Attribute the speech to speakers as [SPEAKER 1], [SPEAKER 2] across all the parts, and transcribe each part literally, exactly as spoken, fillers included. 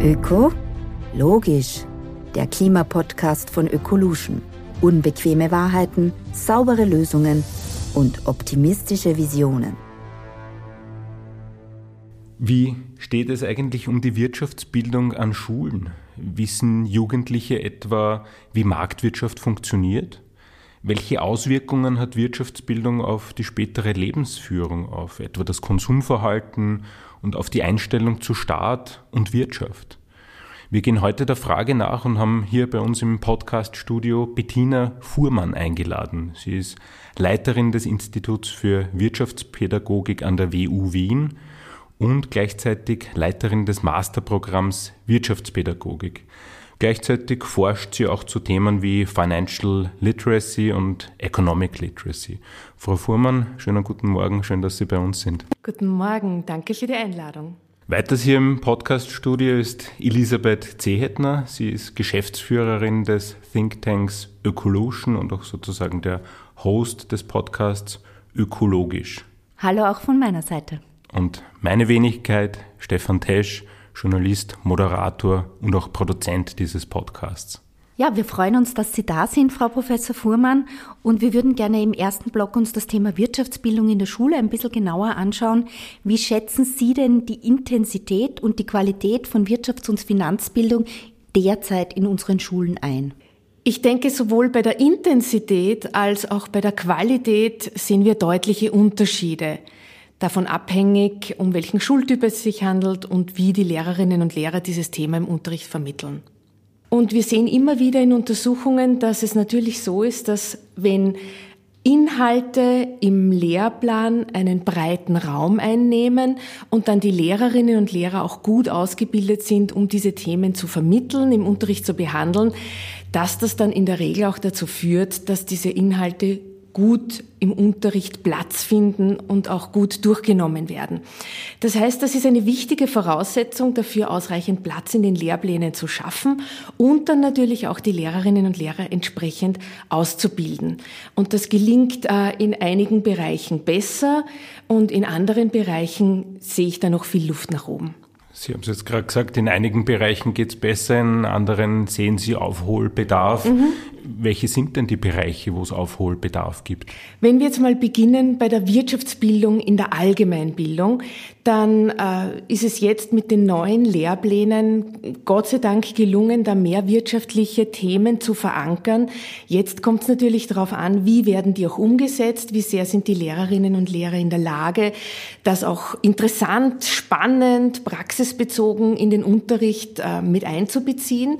[SPEAKER 1] Öko? Logisch. Der Klimapodcast von Ökolution. Unbequeme Wahrheiten, saubere Lösungen und optimistische Visionen.
[SPEAKER 2] Wie steht es eigentlich um die Wirtschaftsbildung an Schulen? Wissen Jugendliche etwa, wie Marktwirtschaft funktioniert? Welche Auswirkungen hat Wirtschaftsbildung auf die spätere Lebensführung, auf etwa das Konsumverhalten und auf die Einstellung zu Staat und Wirtschaft? Wir gehen heute der Frage nach und haben hier bei uns im Podcast-Studio Bettina Fuhrmann eingeladen. Sie ist Leiterin des Instituts für Wirtschaftspädagogik an der W U Wien und gleichzeitig Leiterin des Masterprogramms Wirtschaftspädagogik. Gleichzeitig forscht sie auch zu Themen wie Financial Literacy und Economic Literacy. Frau Fuhrmann, schönen guten Morgen, schön, dass Sie bei uns sind.
[SPEAKER 3] Guten Morgen, danke für die Einladung.
[SPEAKER 2] Weiters hier im Podcast-Studio ist Elisabeth Zehetner. Sie ist Geschäftsführerin des Thinktanks Ökolution und auch sozusagen der Host des Podcasts Ökologisch.
[SPEAKER 3] Hallo auch von meiner Seite.
[SPEAKER 2] Und meine Wenigkeit, Stefan Tesch, Journalist, Moderator und auch Produzent dieses Podcasts.
[SPEAKER 3] Ja, wir freuen uns, dass Sie da sind, Frau Professor Fuhrmann. Und wir würden gerne im ersten Block uns das Thema Wirtschaftsbildung in der Schule ein bisschen genauer anschauen. Wie schätzen Sie denn die Intensität und die Qualität von Wirtschafts- und Finanzbildung derzeit in unseren Schulen ein? Ich denke, sowohl bei der Intensität als auch bei der Qualität sehen wir deutliche Unterschiede. Davon abhängig, um welchen Schultyp es sich handelt und wie die Lehrerinnen und Lehrer dieses Thema im Unterricht vermitteln. Und wir sehen immer wieder in Untersuchungen, dass es natürlich so ist, dass wenn Inhalte im Lehrplan einen breiten Raum einnehmen und dann die Lehrerinnen und Lehrer auch gut ausgebildet sind, um diese Themen zu vermitteln, im Unterricht zu behandeln, dass das dann in der Regel auch dazu führt, dass diese Inhalte gut im Unterricht Platz finden und auch gut durchgenommen werden. Das heißt, das ist eine wichtige Voraussetzung dafür, ausreichend Platz in den Lehrplänen zu schaffen und dann natürlich auch die Lehrerinnen und Lehrer entsprechend auszubilden. Und das gelingt äh, in einigen Bereichen besser und in anderen Bereichen sehe ich da noch viel Luft nach oben.
[SPEAKER 2] Sie haben es jetzt gerade gesagt, in einigen Bereichen geht es besser, in anderen sehen Sie Aufholbedarf. Mhm. Welche sind denn die Bereiche, wo es Aufholbedarf gibt?
[SPEAKER 3] Wenn wir jetzt mal beginnen bei der Wirtschaftsbildung in der Allgemeinbildung, dann äh, ist es jetzt mit den neuen Lehrplänen Gott sei Dank gelungen, da mehr wirtschaftliche Themen zu verankern. Jetzt kommt es natürlich darauf an, wie werden die auch umgesetzt, wie sehr sind die Lehrerinnen und Lehrer in der Lage, das auch interessant, spannend, praxisbezogen in den Unterricht äh, mit einzubeziehen.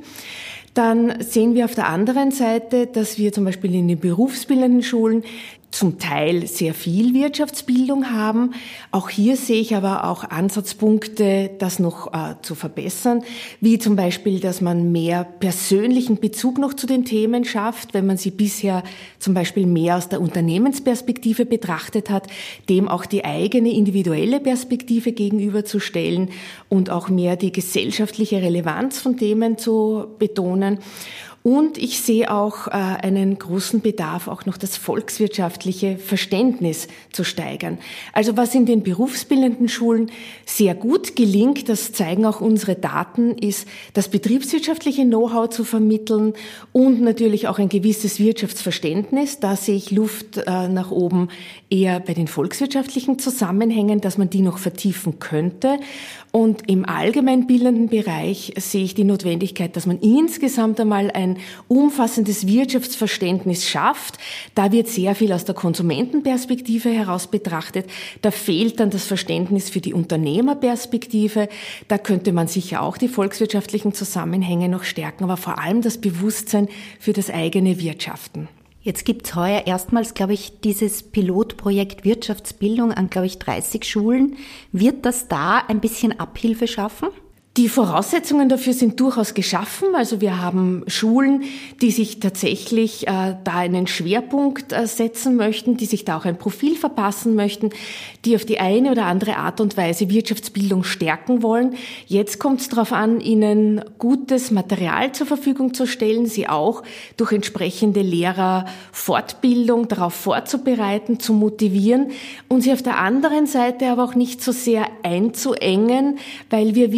[SPEAKER 3] Dann sehen wir auf der anderen Seite, dass wir zum Beispiel in den berufsbildenden Schulen zum Teil sehr viel Wirtschaftsbildung haben. Auch hier sehe ich aber auch Ansatzpunkte, das noch äh, zu verbessern, wie zum Beispiel, dass man mehr persönlichen Bezug noch zu den Themen schafft, wenn man sie bisher zum Beispiel mehr aus der Unternehmensperspektive betrachtet hat, dem auch die eigene individuelle Perspektive gegenüberzustellen und auch mehr die gesellschaftliche Relevanz von Themen zu betonen. Und ich sehe auch äh, einen großen Bedarf, auch noch das volkswirtschaftliche Verständnis zu steigern. Also was in den berufsbildenden Schulen sehr gut gelingt, das zeigen auch unsere Daten, ist das betriebswirtschaftliche Know-how zu vermitteln und natürlich auch ein gewisses Wirtschaftsverständnis. Da sehe ich Luft äh, nach oben eher bei den volkswirtschaftlichen Zusammenhängen, dass man die noch vertiefen könnte. Und im allgemeinbildenden Bereich sehe ich die Notwendigkeit, dass man insgesamt einmal ein umfassendes Wirtschaftsverständnis schafft. Da wird sehr viel aus der Konsumentenperspektive heraus betrachtet. Da fehlt dann das Verständnis für die Unternehmerperspektive. Da könnte man sicher auch die volkswirtschaftlichen Zusammenhänge noch stärken, aber vor allem das Bewusstsein für das eigene Wirtschaften.
[SPEAKER 1] Jetzt gibt's heuer erstmals, glaube ich, dieses Pilotprojekt Wirtschaftsbildung an, glaube ich, dreißig Schulen. Wird das da ein bisschen Abhilfe schaffen?
[SPEAKER 3] Die Voraussetzungen dafür sind durchaus geschaffen. Also wir haben Schulen, die sich tatsächlich äh, da einen Schwerpunkt äh, setzen möchten, die sich da auch ein Profil verpassen möchten, die auf die eine oder andere Art und Weise Wirtschaftsbildung stärken wollen. Jetzt kommt es darauf an, ihnen gutes Material zur Verfügung zu stellen, sie auch durch entsprechende Lehrerfortbildung darauf vorzubereiten, zu motivieren und sie auf der anderen Seite aber auch nicht so sehr einzuengen, weil wir wissen,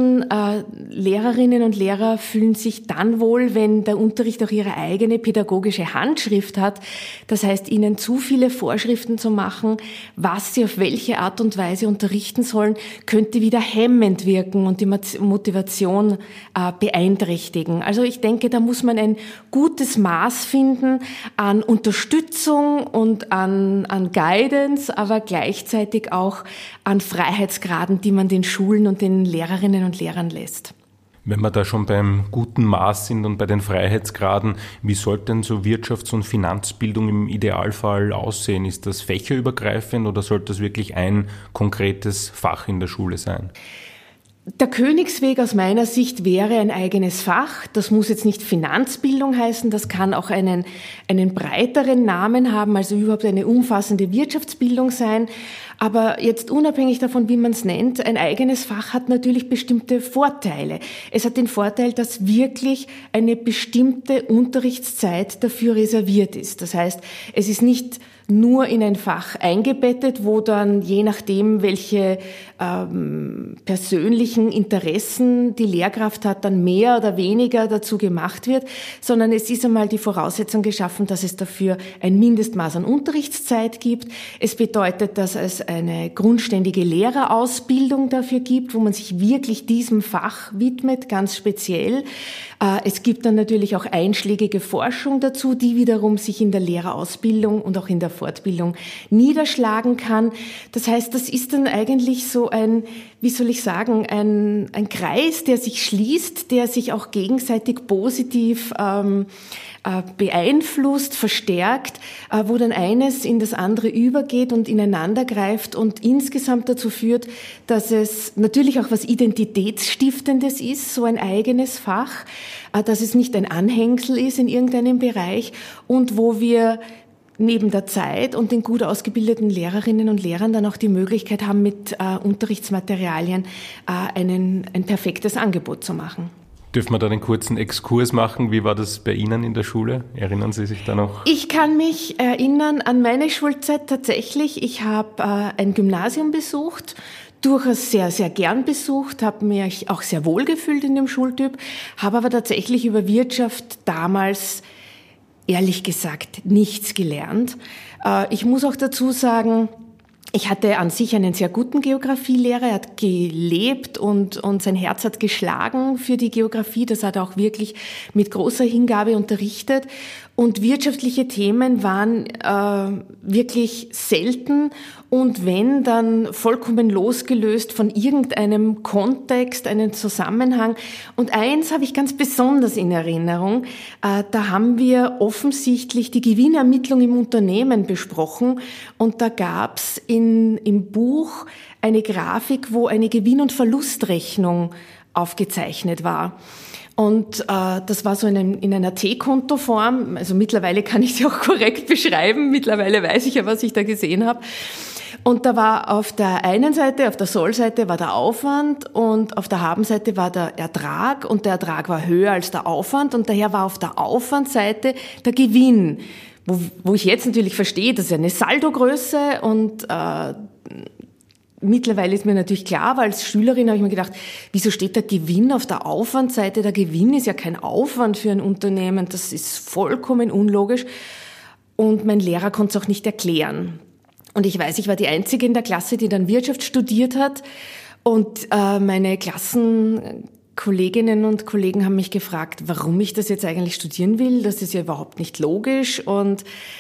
[SPEAKER 3] meisten äh, Lehrerinnen und Lehrer fühlen sich dann wohl, wenn der Unterricht auch ihre eigene pädagogische Handschrift hat. Das heißt, ihnen zu viele Vorschriften zu machen, was sie auf welche Art und Weise unterrichten sollen, könnte wieder hemmend wirken und die Motivation äh, beeinträchtigen. Also ich denke, da muss man ein gutes Maß finden an Unterstützung und an, an Guidance, aber gleichzeitig auch an Freiheitsgraden, die man den Schulen und den Lehrerinnen und Lehrern lässt.
[SPEAKER 2] Wenn wir da schon beim guten Maß sind und bei den Freiheitsgraden, wie sollte denn so Wirtschafts- und Finanzbildung im Idealfall aussehen? Ist das fächerübergreifend oder sollte das wirklich ein konkretes Fach in der Schule sein?
[SPEAKER 3] Der Königsweg aus meiner Sicht wäre ein eigenes Fach. Das muss jetzt nicht Finanzbildung heißen, das kann auch einen, einen breiteren Namen haben, also überhaupt eine umfassende Wirtschaftsbildung sein. Aber jetzt unabhängig davon, wie man es nennt, ein eigenes Fach hat natürlich bestimmte Vorteile. Es hat den Vorteil, dass wirklich eine bestimmte Unterrichtszeit dafür reserviert ist. Das heißt, es ist nicht nur in ein Fach eingebettet, wo dann je nachdem, welche ähm, persönlichen Interessen die Lehrkraft hat, dann mehr oder weniger dazu gemacht wird, sondern es ist einmal die Voraussetzung geschaffen, dass es dafür ein Mindestmaß an Unterrichtszeit gibt. Es bedeutet, dass es eine grundständige Lehrerausbildung dafür gibt, wo man sich wirklich diesem Fach widmet, ganz speziell. Es gibt dann natürlich auch einschlägige Forschung dazu, die wiederum sich in der Lehrerausbildung und auch in der Fortbildung niederschlagen kann. Das heißt, das ist dann eigentlich so ein, wie soll ich sagen, ein, ein Kreis, der sich schließt, der sich auch gegenseitig positiv ähm, beeinflusst, verstärkt, wo dann eines in das andere übergeht und ineinander greift und insgesamt dazu führt, dass es natürlich auch was Identitätsstiftendes ist, so ein eigenes Fach, dass es nicht ein Anhängsel ist in irgendeinem Bereich und wo wir neben der Zeit und den gut ausgebildeten Lehrerinnen und Lehrern dann auch die Möglichkeit haben, mit äh, Unterrichtsmaterialien äh, einen, ein perfektes Angebot zu machen.
[SPEAKER 2] Dürfen wir da einen kurzen Exkurs machen? Wie war das bei Ihnen in der Schule? Erinnern Sie sich da noch?
[SPEAKER 3] Ich kann mich erinnern an meine Schulzeit tatsächlich. Ich habe äh, ein Gymnasium besucht, durchaus sehr, sehr gern besucht, habe mich auch sehr wohl gefühlt in dem Schultyp, habe aber tatsächlich über Wirtschaft damals, ehrlich gesagt, nichts gelernt. Äh, ich muss auch dazu sagen, ich hatte an sich einen sehr guten Geografielehrer, er hat gelebt und, und sein Herz hat geschlagen für die Geografie, das hat er auch wirklich mit großer Hingabe unterrichtet. Und wirtschaftliche Themen waren äh, wirklich selten und wenn, dann vollkommen losgelöst von irgendeinem Kontext, einem Zusammenhang. Und eins habe ich ganz besonders in Erinnerung, äh, da haben wir offensichtlich die Gewinnermittlung im Unternehmen besprochen und da gab's in im Buch eine Grafik, wo eine Gewinn- und Verlustrechnung aufgezeichnet war. Und äh, das war so in, einem, in einer T-Kontoform, also mittlerweile kann ich sie auch korrekt beschreiben, mittlerweile weiß ich ja, was ich da gesehen habe. Und da war auf der einen Seite, auf der Soll-Seite war der Aufwand und auf der Haben-Seite war der Ertrag und der Ertrag war höher als der Aufwand und daher war auf der Aufwandseite der Gewinn, wo, wo ich jetzt natürlich verstehe, das ist eine Saldogröße und äh, mittlerweile ist mir natürlich klar, aber als Schülerin habe ich mir gedacht, wieso steht der Gewinn auf der Aufwandseite? Der Gewinn ist ja kein Aufwand für ein Unternehmen, das ist vollkommen unlogisch. Und mein Lehrer konnte es auch nicht erklären. Und ich weiß, ich war die Einzige in der Klasse, die dann Wirtschaft studiert hat. Und äh, meine Klassenkolleginnen und Kollegen haben mich gefragt, warum ich das jetzt eigentlich studieren will. Das ist ja überhaupt nicht logisch. Und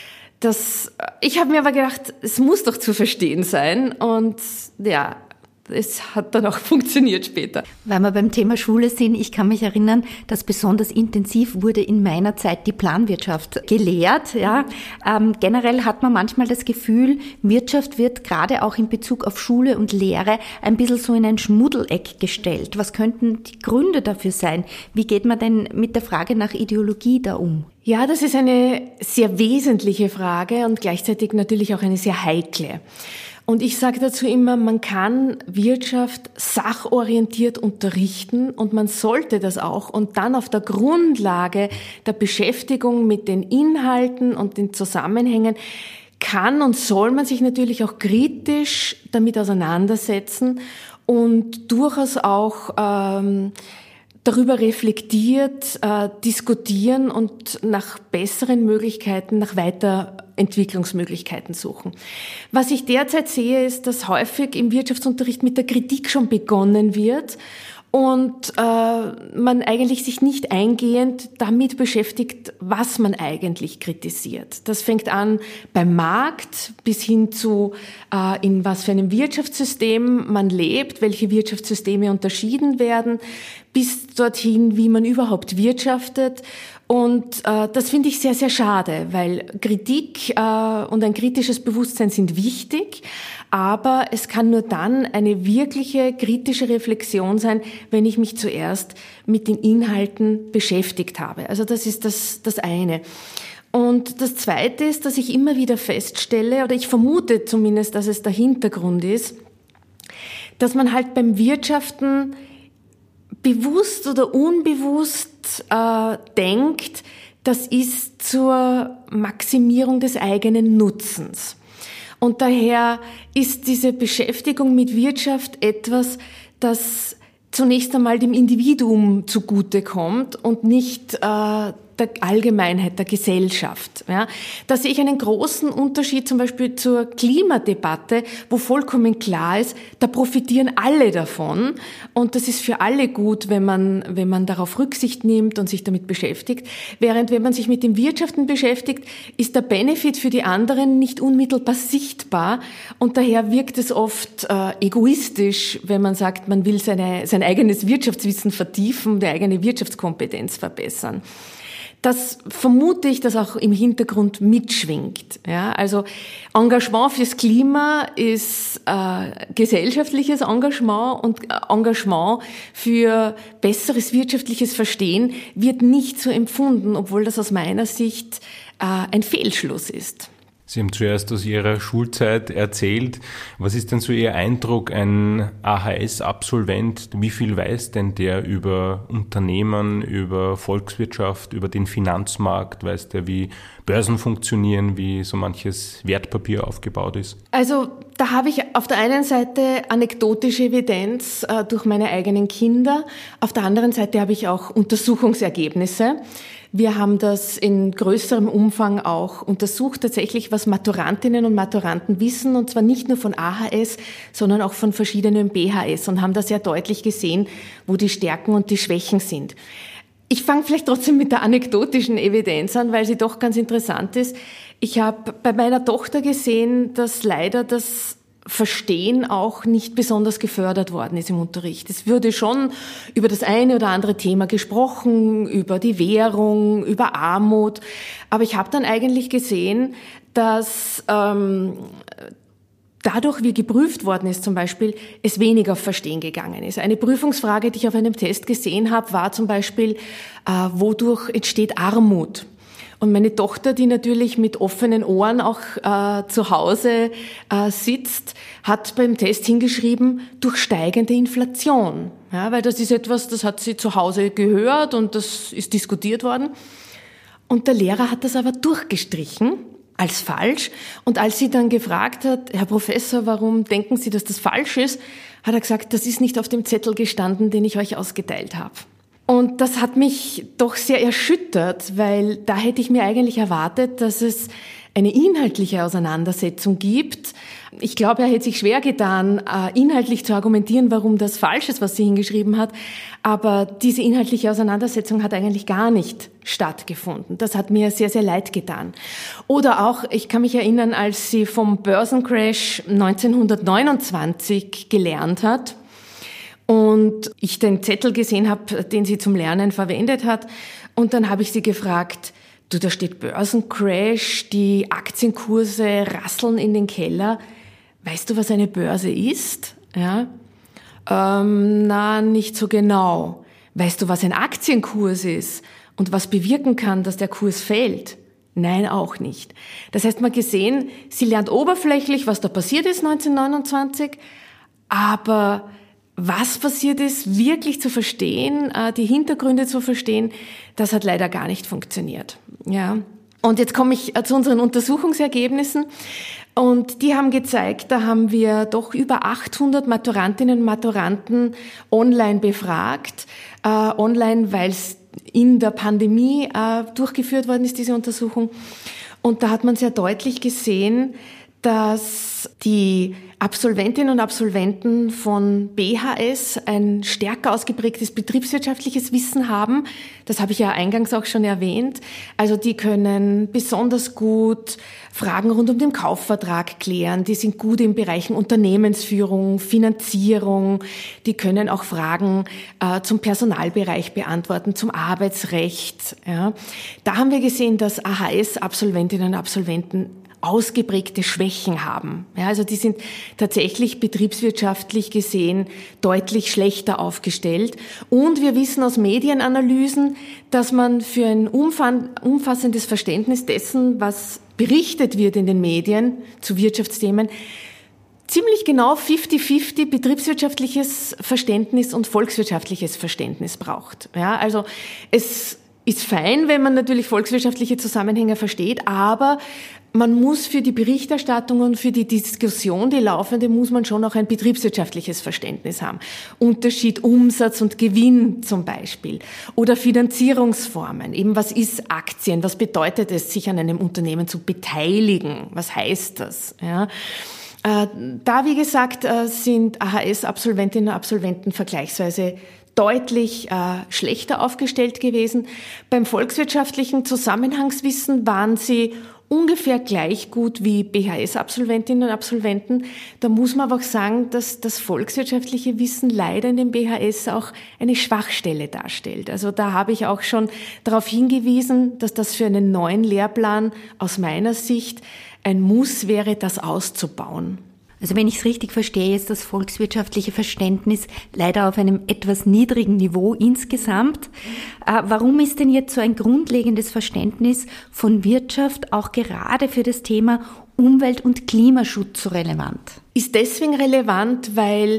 [SPEAKER 3] Das, ich habe mir aber gedacht, es muss doch zu verstehen sein und ja, es hat dann auch funktioniert später.
[SPEAKER 1] Weil wir beim Thema Schule sind, ich kann mich erinnern, dass besonders intensiv wurde in meiner Zeit die Planwirtschaft gelehrt. Ja. Ähm, generell hat man manchmal das Gefühl, Wirtschaft wird gerade auch in Bezug auf Schule und Lehre ein bisschen so in ein Schmuddeleck gestellt. Was könnten die Gründe dafür sein? Wie geht man denn mit der Frage nach Ideologie da um?
[SPEAKER 3] Ja, das ist eine sehr wesentliche Frage und gleichzeitig natürlich auch eine sehr heikle. Und ich sage dazu immer, man kann Wirtschaft sachorientiert unterrichten und man sollte das auch und dann auf der Grundlage der Beschäftigung mit den Inhalten und den Zusammenhängen kann und soll man sich natürlich auch kritisch damit auseinandersetzen und durchaus auch ähm, darüber reflektiert, äh, diskutieren und nach besseren Möglichkeiten, nach Weiterentwicklungsmöglichkeiten suchen. Was ich derzeit sehe, ist, dass häufig im Wirtschaftsunterricht mit der Kritik schon begonnen wird und äh, man eigentlich sich nicht eingehend damit beschäftigt, was man eigentlich kritisiert. Das fängt an beim Markt bis hin zu, äh, in was für einem Wirtschaftssystem man lebt, welche Wirtschaftssysteme unterschieden werden, bis dorthin, wie man überhaupt wirtschaftet. Und äh, das finde ich sehr, sehr schade, weil Kritik äh, und ein kritisches Bewusstsein sind wichtig, aber es kann nur dann eine wirkliche kritische Reflexion sein, wenn ich mich zuerst mit den Inhalten beschäftigt habe. Also das ist das, das eine. Und das Zweite ist, dass ich immer wieder feststelle, oder ich vermute zumindest, dass es der Hintergrund ist, dass man halt beim Wirtschaften bewusst oder unbewusst äh, denkt, das ist zur Maximierung des eigenen Nutzens. Und daher ist diese Beschäftigung mit Wirtschaft etwas, das zunächst einmal dem Individuum zugutekommt und nicht äh, der Allgemeinheit, der Gesellschaft. Ja. Da sehe ich einen großen Unterschied zum Beispiel zur Klimadebatte, wo vollkommen klar ist, da profitieren alle davon und das ist für alle gut, wenn man, wenn man darauf Rücksicht nimmt und sich damit beschäftigt. Während wenn man sich mit dem Wirtschaften beschäftigt, ist der Benefit für die anderen nicht unmittelbar sichtbar und daher wirkt es oft äh, egoistisch, wenn man sagt, man will seine, sein eigenes Wirtschaftswissen vertiefen, die eigene Wirtschaftskompetenz verbessern. Das vermute ich, dass auch im Hintergrund mitschwingt. Ja, also Engagement fürs Klima ist äh, gesellschaftliches Engagement und Engagement für besseres wirtschaftliches Verstehen wird nicht so empfunden, obwohl das aus meiner Sicht äh, ein Fehlschluss ist.
[SPEAKER 2] Sie haben zuerst aus Ihrer Schulzeit erzählt. Was ist denn so Ihr Eindruck, ein A H S-Absolvent, wie viel weiß denn der über Unternehmen, über Volkswirtschaft, über den Finanzmarkt? Weiß der, wie Börsen funktionieren, wie so manches Wertpapier aufgebaut ist?
[SPEAKER 3] Also da habe ich auf der einen Seite anekdotische Evidenz äh, durch meine eigenen Kinder, auf der anderen Seite habe ich auch Untersuchungsergebnisse. Wir haben das in größerem Umfang auch untersucht, tatsächlich, was Maturantinnen und Maturanten wissen, und zwar nicht nur von A H S, sondern auch von verschiedenen B H S und haben da sehr deutlich gesehen, wo die Stärken und die Schwächen sind. Ich fange vielleicht trotzdem mit der anekdotischen Evidenz an, weil sie doch ganz interessant ist. Ich habe bei meiner Tochter gesehen, dass leider das Verstehen auch nicht besonders gefördert worden ist im Unterricht. Es würde schon über das eine oder andere Thema gesprochen, über die Währung, über Armut. Aber ich habe dann eigentlich gesehen, dass ähm, dadurch, wie geprüft worden ist zum Beispiel, es weniger auf Verstehen gegangen ist. Eine Prüfungsfrage, die ich auf einem Test gesehen habe, war zum Beispiel, äh, wodurch entsteht Armut? Und meine Tochter, die natürlich mit offenen Ohren auch äh, zu Hause äh, sitzt, hat beim Test hingeschrieben, durch steigende Inflation. Ja, weil das ist etwas, das hat sie zu Hause gehört und das ist diskutiert worden. Und der Lehrer hat das aber durchgestrichen als falsch. Und als sie dann gefragt hat, Herr Professor, warum denken Sie, dass das falsch ist, hat er gesagt, das ist nicht auf dem Zettel gestanden, den ich euch ausgeteilt habe. Und das hat mich doch sehr erschüttert, weil da hätte ich mir eigentlich erwartet, dass es eine inhaltliche Auseinandersetzung gibt. Ich glaube, er hätte sich schwer getan, inhaltlich zu argumentieren, warum das falsch ist, was sie hingeschrieben hat. Aber diese inhaltliche Auseinandersetzung hat eigentlich gar nicht stattgefunden. Das hat mir sehr, sehr leid getan. Oder auch, ich kann mich erinnern, als sie vom Börsencrash neunzehnhundertneunundzwanzig gelernt hat, und ich den Zettel gesehen habe, den sie zum Lernen verwendet hat. Und dann habe ich sie gefragt, du, da steht Börsencrash, die Aktienkurse rasseln in den Keller. Weißt du, was eine Börse ist? Ja. Ähm, na, nicht so genau. Weißt du, was ein Aktienkurs ist und was bewirken kann, dass der Kurs fällt? Nein, auch nicht. Das heißt, man gesehen, sie lernt oberflächlich, was da passiert ist neunzehnhundertneunundzwanzig, aber was passiert ist, wirklich zu verstehen, die Hintergründe zu verstehen, das hat leider gar nicht funktioniert. Ja. Und jetzt komme ich zu unseren Untersuchungsergebnissen. Und die haben gezeigt, da haben wir doch über achthundert Maturantinnen und Maturanten online befragt. Äh, online, weil es in der Pandemie äh, durchgeführt worden ist, diese Untersuchung. Und da hat man sehr deutlich gesehen, dass die Absolventinnen und Absolventen von B H S ein stärker ausgeprägtes betriebswirtschaftliches Wissen haben. Das habe ich ja eingangs auch schon erwähnt. Also die können besonders gut Fragen rund um den Kaufvertrag klären. Die sind gut in Bereichen Unternehmensführung, Finanzierung. Die können auch Fragen äh, zum Personalbereich beantworten, zum Arbeitsrecht. Ja. Da haben wir gesehen, dass A H S-Absolventinnen und Absolventen ausgeprägte Schwächen haben. Ja, also die sind tatsächlich betriebswirtschaftlich gesehen deutlich schlechter aufgestellt. Und wir wissen aus Medienanalysen, dass man für ein umfassendes Verständnis dessen, was berichtet wird in den Medien zu Wirtschaftsthemen, ziemlich genau fifty fifty betriebswirtschaftliches Verständnis und volkswirtschaftliches Verständnis braucht. Ja, also es ist fein, wenn man natürlich volkswirtschaftliche Zusammenhänge versteht, aber man muss für die Berichterstattung und für die Diskussion, die laufende, muss man schon auch ein betriebswirtschaftliches Verständnis haben. Unterschied Umsatz und Gewinn zum Beispiel. Oder Finanzierungsformen. Eben, was ist Aktien? Was bedeutet es, sich an einem Unternehmen zu beteiligen? Was heißt das? Ja. Da, wie gesagt, sind A H S-Absolventinnen und Absolventen vergleichsweise deutlich äh, schlechter aufgestellt gewesen. Beim volkswirtschaftlichen Zusammenhangswissen waren sie ungefähr gleich gut wie B H S-Absolventinnen und Absolventen. Da muss man aber auch sagen, dass das volkswirtschaftliche Wissen leider in dem B H S auch eine Schwachstelle darstellt. Also da habe ich auch schon darauf hingewiesen, dass das für einen neuen Lehrplan aus meiner Sicht ein Muss wäre, das auszubauen.
[SPEAKER 1] Also wenn ich es richtig verstehe, ist das volkswirtschaftliche Verständnis leider auf einem etwas niedrigen Niveau insgesamt. Äh, warum ist denn jetzt so ein grundlegendes Verständnis von Wirtschaft auch gerade für das Thema Umwelt- und Klimaschutz so relevant?
[SPEAKER 3] Ist deswegen relevant, weil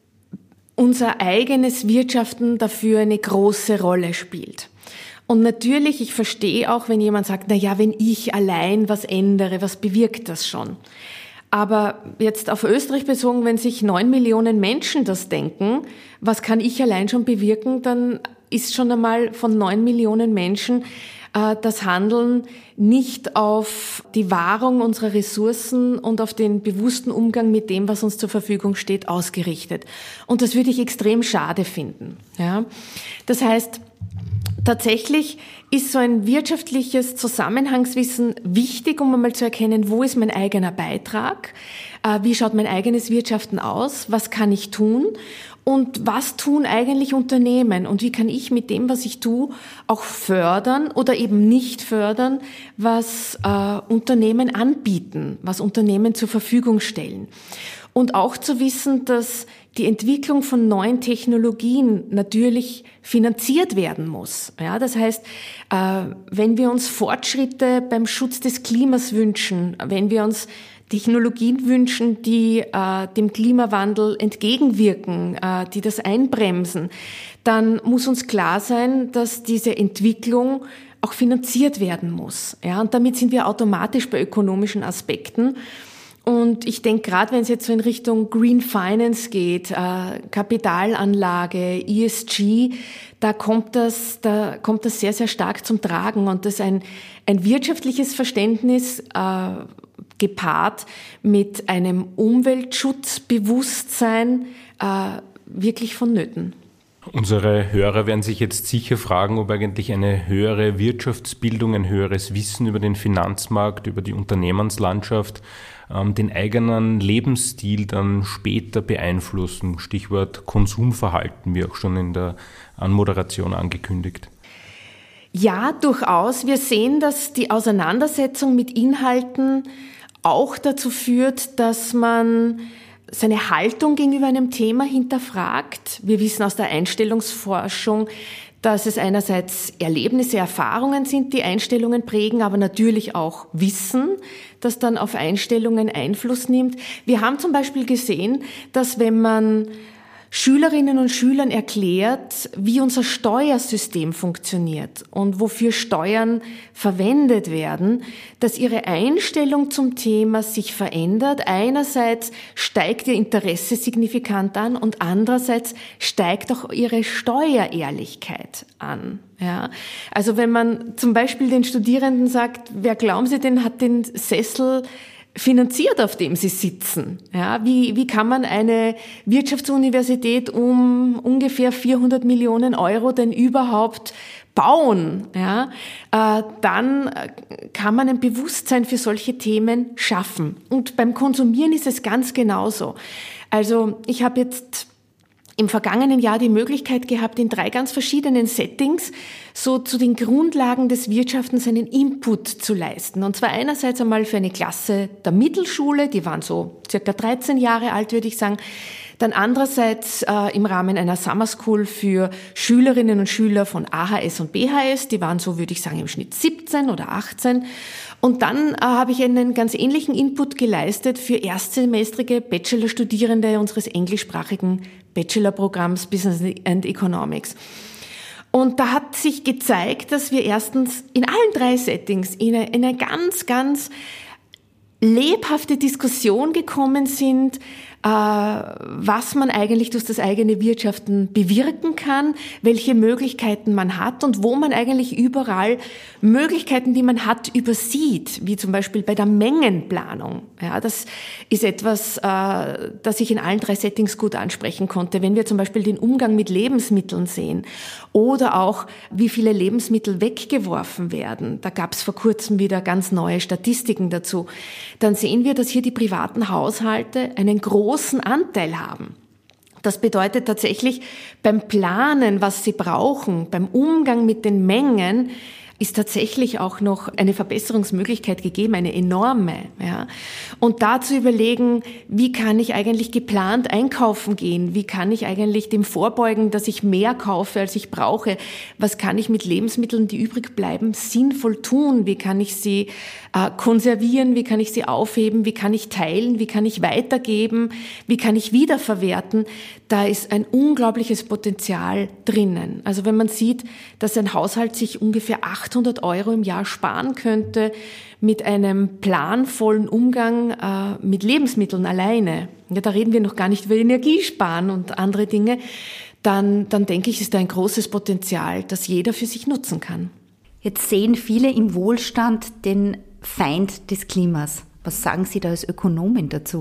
[SPEAKER 3] unser eigenes Wirtschaften dafür eine große Rolle spielt. Und natürlich, ich verstehe auch, wenn jemand sagt, na ja, wenn ich allein was ändere, was bewirkt das schon? Aber jetzt auf Österreich bezogen, wenn sich neun Millionen Menschen das denken, was kann ich allein schon bewirken, dann ist schon einmal von neun Millionen Menschen äh, das Handeln nicht auf die Wahrung unserer Ressourcen und auf den bewussten Umgang mit dem, was uns zur Verfügung steht, ausgerichtet. Und das würde ich extrem schade finden. Ja? Das heißt, tatsächlich ist so ein wirtschaftliches Zusammenhangswissen wichtig, um einmal zu erkennen, wo ist mein eigener Beitrag, äh, wie schaut mein eigenes Wirtschaften aus, was kann ich tun und was tun eigentlich Unternehmen und wie kann ich mit dem, was ich tue, auch fördern oder eben nicht fördern, was äh, Unternehmen anbieten, was Unternehmen zur Verfügung stellen. Und auch zu wissen, dass die Entwicklung von neuen Technologien natürlich finanziert werden muss. Ja, das heißt, äh, wenn wir uns Fortschritte beim Schutz des Klimas wünschen, wenn wir uns Technologien wünschen, die äh, dem Klimawandel entgegenwirken, äh, die das einbremsen, dann muss uns klar sein, dass diese Entwicklung auch finanziert werden muss. Ja, und damit sind wir automatisch bei ökonomischen Aspekten. Und ich denke, gerade wenn es jetzt so in Richtung Green Finance geht, äh, Kapitalanlage, E S G, da kommt das, da kommt das sehr, sehr stark zum Tragen und das ist ein, ein wirtschaftliches Verständnis äh, gepaart mit einem Umweltschutzbewusstsein äh, wirklich vonnöten.
[SPEAKER 2] Unsere Hörer werden sich jetzt sicher fragen, ob eigentlich eine höhere Wirtschaftsbildung, ein höheres Wissen über den Finanzmarkt, über die Unternehmenslandschaft, ähm, den eigenen Lebensstil dann später beeinflussen. Stichwort Konsumverhalten, wie auch schon in der Anmoderation angekündigt.
[SPEAKER 3] Ja, durchaus. Wir sehen, dass die Auseinandersetzung mit Inhalten auch dazu führt, dass man seine Haltung gegenüber einem Thema hinterfragt. Wir wissen aus der Einstellungsforschung, dass es einerseits Erlebnisse, Erfahrungen sind, die Einstellungen prägen, aber natürlich auch Wissen, das dann auf Einstellungen Einfluss nimmt. Wir haben zum Beispiel gesehen, dass wenn man Schülerinnen und Schülern erklärt, wie unser Steuersystem funktioniert und wofür Steuern verwendet werden, dass ihre Einstellung zum Thema sich verändert. Einerseits steigt ihr Interesse signifikant an und andererseits steigt auch ihre Steuerehrlichkeit an. Ja, also wenn man zum Beispiel den Studierenden sagt, wer glauben Sie denn hat den Sessel finanziert, auf dem sie sitzen? Ja, wie, wie kann man eine Wirtschaftsuniversität um ungefähr vierhundert Millionen Euro denn überhaupt bauen? Ja, äh, dann kann man ein Bewusstsein für solche Themen schaffen. Und beim Konsumieren ist es ganz genauso. Also ich habe jetzt im vergangenen Jahr die Möglichkeit gehabt, in drei ganz verschiedenen Settings so zu den Grundlagen des Wirtschaftens einen Input zu leisten. Und zwar einerseits einmal für eine Klasse der Mittelschule, die waren so circa dreizehn Jahre alt, würde ich sagen. Dann andererseits äh, im Rahmen einer Summer School für Schülerinnen und Schüler von A H S und B H S, die waren so, würde ich sagen, im Schnitt siebzehn oder achtzehn. Und dann äh, habe ich einen ganz ähnlichen Input geleistet für erstsemestrige Bachelorstudierende unseres englischsprachigen Bachelorprogramms Business and Economics. Und da hat sich gezeigt, dass wir erstens in allen drei Settings in eine, in eine ganz, ganz lebhafte Diskussion gekommen sind, was man eigentlich durch das eigene Wirtschaften bewirken kann, welche Möglichkeiten man hat und wo man eigentlich überall Möglichkeiten, die man hat, übersieht, wie zum Beispiel bei der Mengenplanung. Ja, das ist etwas, das ich in allen drei Settings gut ansprechen konnte. Wenn wir zum Beispiel den Umgang mit Lebensmitteln sehen oder auch, wie viele Lebensmittel weggeworfen werden, da gab es vor kurzem wieder ganz neue Statistiken dazu, dann sehen wir, dass hier die privaten Haushalte einen großen Anteil haben. Das bedeutet tatsächlich, beim Planen, was sie brauchen, beim Umgang mit den Mengen, ist tatsächlich auch noch eine Verbesserungsmöglichkeit gegeben, eine enorme. Ja. Und da zu überlegen, wie kann ich eigentlich geplant einkaufen gehen? Wie kann ich eigentlich dem vorbeugen, dass ich mehr kaufe, als ich brauche? Was kann ich mit Lebensmitteln, die übrig bleiben, sinnvoll tun? Wie kann ich sie äh, konservieren? Wie kann ich sie aufheben? Wie kann ich teilen? Wie kann ich weitergeben? Wie kann ich wiederverwerten? Da ist ein unglaubliches Potenzial drinnen. Also wenn man sieht, dass ein Haushalt sich ungefähr achthundert Euro im Jahr sparen könnte mit einem planvollen Umgang äh, mit Lebensmitteln alleine, ja, da reden wir noch gar nicht über Energiesparen und andere Dinge, dann, dann denke ich, ist da ein großes Potenzial, das jeder für sich nutzen kann.
[SPEAKER 1] Jetzt sehen viele im Wohlstand den Feind des Klimas. Was sagen Sie da als Ökonomin dazu?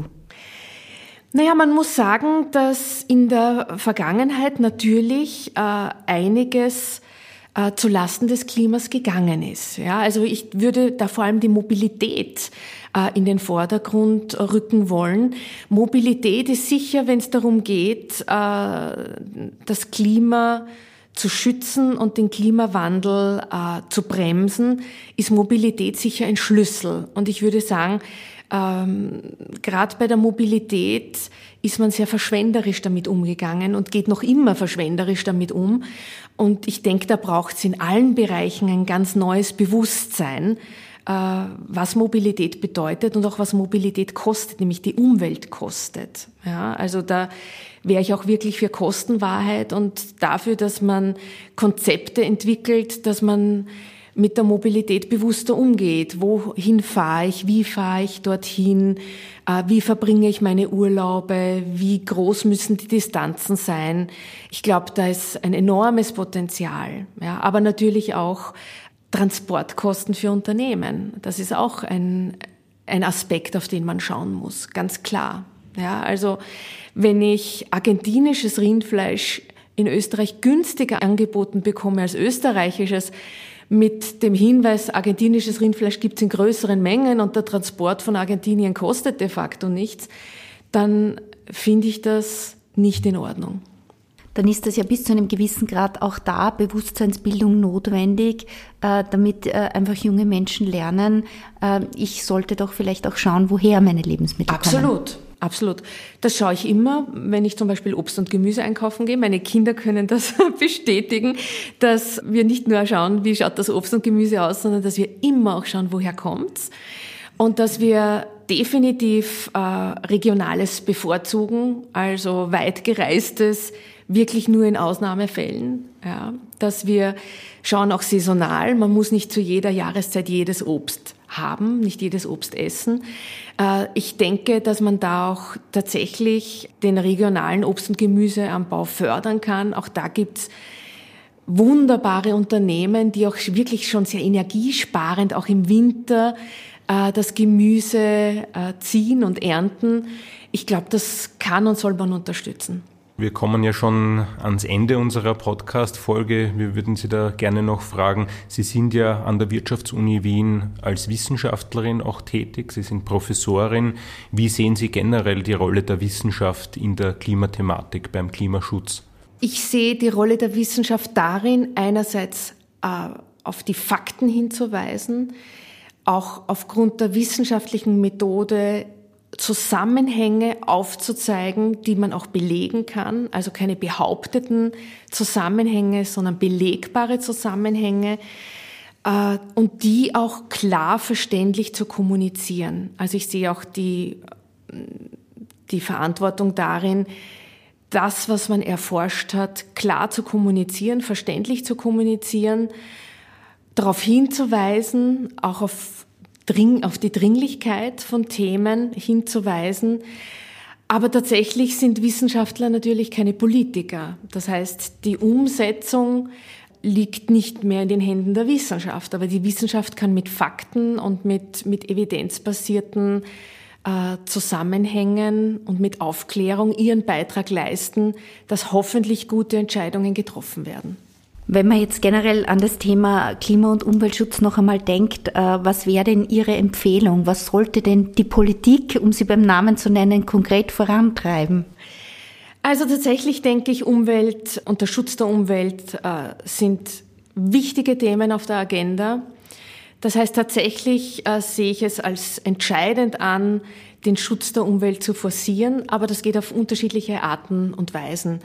[SPEAKER 3] Naja, man muss sagen, dass in der Vergangenheit natürlich äh, einiges äh, zu Lasten des Klimas gegangen ist. Ja, also ich würde da vor allem die Mobilität äh, in den Vordergrund rücken wollen. Mobilität ist sicher, wenn es darum geht, äh, das Klima zu schützen und den Klimawandel äh, zu bremsen, ist Mobilität sicher ein Schlüssel. Und ich würde sagen, Ähm, gerade bei der Mobilität ist man sehr verschwenderisch damit umgegangen und geht noch immer verschwenderisch damit um. Und ich denke, da braucht es in allen Bereichen ein ganz neues Bewusstsein, äh, was Mobilität bedeutet und auch was Mobilität kostet, nämlich die Umwelt kostet. Ja, also da wäre ich auch wirklich für Kostenwahrheit und dafür, dass man Konzepte entwickelt, dass man mit der Mobilität bewusster umgeht. Wohin fahre ich? Wie fahre ich dorthin? Wie verbringe ich meine Urlaube? Wie groß müssen die Distanzen sein? Ich glaube, da ist ein enormes Potenzial. Ja, aber natürlich auch Transportkosten für Unternehmen. Das ist auch ein, ein Aspekt, auf den man schauen muss. Ganz klar. Ja, also, wenn ich argentinisches Rindfleisch in Österreich günstiger angeboten bekomme als österreichisches, mit dem Hinweis, argentinisches Rindfleisch gibt es in größeren Mengen und der Transport von Argentinien kostet de facto nichts, dann finde ich das nicht in Ordnung.
[SPEAKER 1] Dann ist das ja bis zu einem gewissen Grad auch da Bewusstseinsbildung notwendig, äh, damit äh, einfach junge Menschen lernen, äh, ich sollte doch vielleicht auch schauen, woher meine Lebensmittel
[SPEAKER 3] Absolut.
[SPEAKER 1] kommen.
[SPEAKER 3] Absolut. Absolut. Das schaue ich immer, wenn ich zum Beispiel Obst und Gemüse einkaufen gehe. Meine Kinder können das bestätigen, dass wir nicht nur schauen, wie schaut das Obst und Gemüse aus, sondern dass wir immer auch schauen, woher kommt's. Und dass wir definitiv äh, Regionales bevorzugen, also weit gereistes, wirklich nur in Ausnahmefällen. Ja, dass wir schauen auch saisonal, man muss nicht zu jeder Jahreszeit jedes Obst haben, nicht jedes Obst essen. Äh, ich denke, dass man da auch tatsächlich den regionalen Obst- und Gemüseanbau fördern kann. Auch da gibt's wunderbare Unternehmen, die auch wirklich schon sehr energiesparend auch im Winter äh, das Gemüse äh, ziehen und ernten. Ich glaube, das kann und soll man unterstützen.
[SPEAKER 2] Wir kommen ja schon ans Ende unserer Podcast-Folge. Wir würden Sie da gerne noch fragen. Sie sind ja an der Wirtschaftsuni Wien als Wissenschaftlerin auch tätig. Sie sind Professorin. Wie sehen Sie generell die Rolle der Wissenschaft in der Klimathematik beim Klimaschutz?
[SPEAKER 3] Ich sehe die Rolle der Wissenschaft darin, einerseits äh, auf die Fakten hinzuweisen, auch aufgrund der wissenschaftlichen Methode Zusammenhänge aufzuzeigen, die man auch belegen kann, also keine behaupteten Zusammenhänge, sondern belegbare Zusammenhänge äh, und die auch klar verständlich zu kommunizieren. Also ich sehe auch die, die Verantwortung darin, das, was man erforscht hat, klar zu kommunizieren, verständlich zu kommunizieren, darauf hinzuweisen, auch auf auf die Dringlichkeit von Themen hinzuweisen. Aber tatsächlich sind Wissenschaftler natürlich keine Politiker. Das heißt, die Umsetzung liegt nicht mehr in den Händen der Wissenschaft. Aber die Wissenschaft kann mit Fakten und mit, mit evidenzbasierten äh, Zusammenhängen und mit Aufklärung ihren Beitrag leisten, dass hoffentlich gute Entscheidungen getroffen werden.
[SPEAKER 1] Wenn man jetzt generell an das Thema Klima- und Umweltschutz noch einmal denkt, was wäre denn Ihre Empfehlung? Was sollte denn die Politik, um sie beim Namen zu nennen, konkret vorantreiben?
[SPEAKER 3] Also tatsächlich denke ich, Umwelt und der Schutz der Umwelt äh, sind wichtige Themen auf der Agenda. Das heißt, tatsächlich äh, sehe ich es als entscheidend an, den Schutz der Umwelt zu forcieren, aber das geht auf unterschiedliche Arten und Weisen.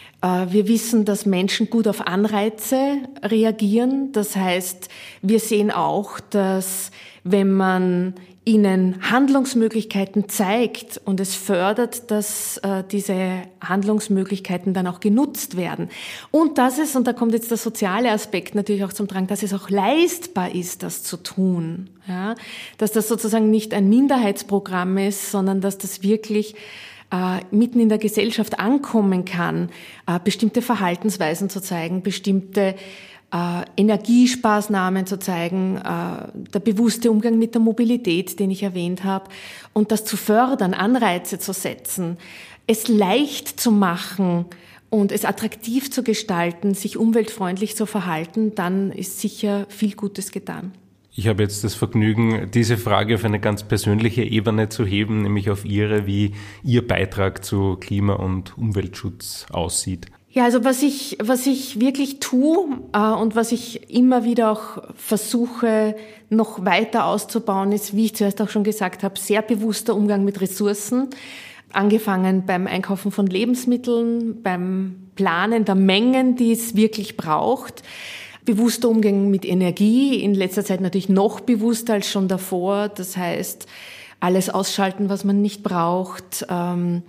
[SPEAKER 3] Wir wissen, dass Menschen gut auf Anreize reagieren. Das heißt, wir sehen auch, dass wenn man ihnen Handlungsmöglichkeiten zeigt und es fördert, dass äh, diese Handlungsmöglichkeiten dann auch genutzt werden. Und dass es, und da kommt jetzt der soziale Aspekt natürlich auch zum Tragen, dass es auch leistbar ist, das zu tun. Ja? Dass das sozusagen nicht ein Minderheitsprogramm ist, sondern dass das wirklich Äh, mitten in der Gesellschaft ankommen kann, äh, bestimmte Verhaltensweisen zu zeigen, bestimmte äh, Energiesparnahmen zu zeigen, äh, der bewusste Umgang mit der Mobilität, den ich erwähnt habe, und das zu fördern, Anreize zu setzen, es leicht zu machen und es attraktiv zu gestalten, sich umweltfreundlich zu verhalten, dann ist sicher viel Gutes getan.
[SPEAKER 2] Ich habe jetzt das Vergnügen, diese Frage auf eine ganz persönliche Ebene zu heben, nämlich auf Ihre, wie Ihr Beitrag zu Klima- und Umweltschutz aussieht.
[SPEAKER 3] Ja, also was ich, was ich wirklich tue äh, und was ich immer wieder auch versuche, noch weiter auszubauen, ist, wie ich zuerst auch schon gesagt habe, sehr bewusster Umgang mit Ressourcen. Angefangen beim Einkaufen von Lebensmitteln, beim Planen der Mengen, die es wirklich braucht. Bewusster Umgang mit Energie, in letzter Zeit natürlich noch bewusster als schon davor. Das heißt, alles ausschalten, was man nicht braucht. Ähm,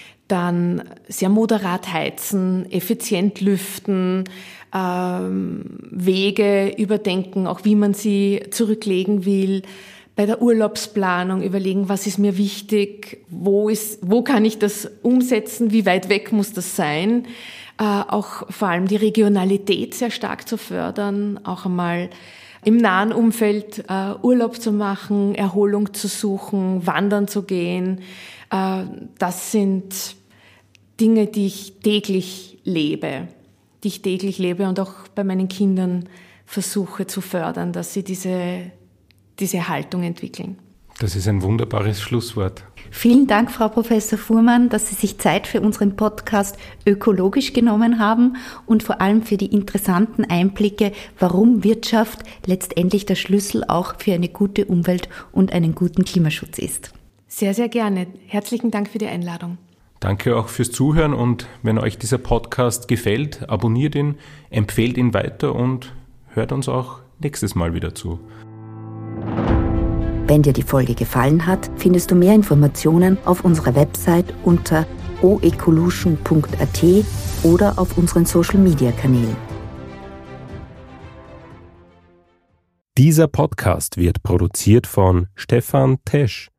[SPEAKER 3] dann sehr moderat heizen, effizient lüften, ähm, Wege überdenken, auch wie man sie zurücklegen will. Bei der Urlaubsplanung überlegen, was ist mir wichtig, wo ist, wo kann ich das umsetzen, wie weit weg muss das sein. Äh, auch vor allem die Regionalität sehr stark zu fördern, auch einmal im nahen Umfeld äh, Urlaub zu machen, Erholung zu suchen, wandern zu gehen. Äh, das sind Dinge, die ich täglich lebe, die ich täglich lebe und auch bei meinen Kindern versuche zu fördern, dass sie diese, diese Haltung entwickeln.
[SPEAKER 2] Das ist ein wunderbares Schlusswort.
[SPEAKER 1] Vielen Dank, Frau Professor Fuhrmann, dass Sie sich Zeit für unseren Podcast ökologisch genommen haben und vor allem für die interessanten Einblicke, warum Wirtschaft letztendlich der Schlüssel auch für eine gute Umwelt und einen guten Klimaschutz ist.
[SPEAKER 3] Sehr, sehr gerne. Herzlichen Dank für die Einladung.
[SPEAKER 2] Danke auch fürs Zuhören und wenn euch dieser Podcast gefällt, abonniert ihn, empfehlt ihn weiter und hört uns auch nächstes Mal wieder zu.
[SPEAKER 4] Wenn dir die Folge gefallen hat, findest du mehr Informationen auf unserer Website unter o ecolution punkt a t oder auf unseren Social-Media-Kanälen.
[SPEAKER 2] Dieser Podcast wird produziert von Stefan Tesch.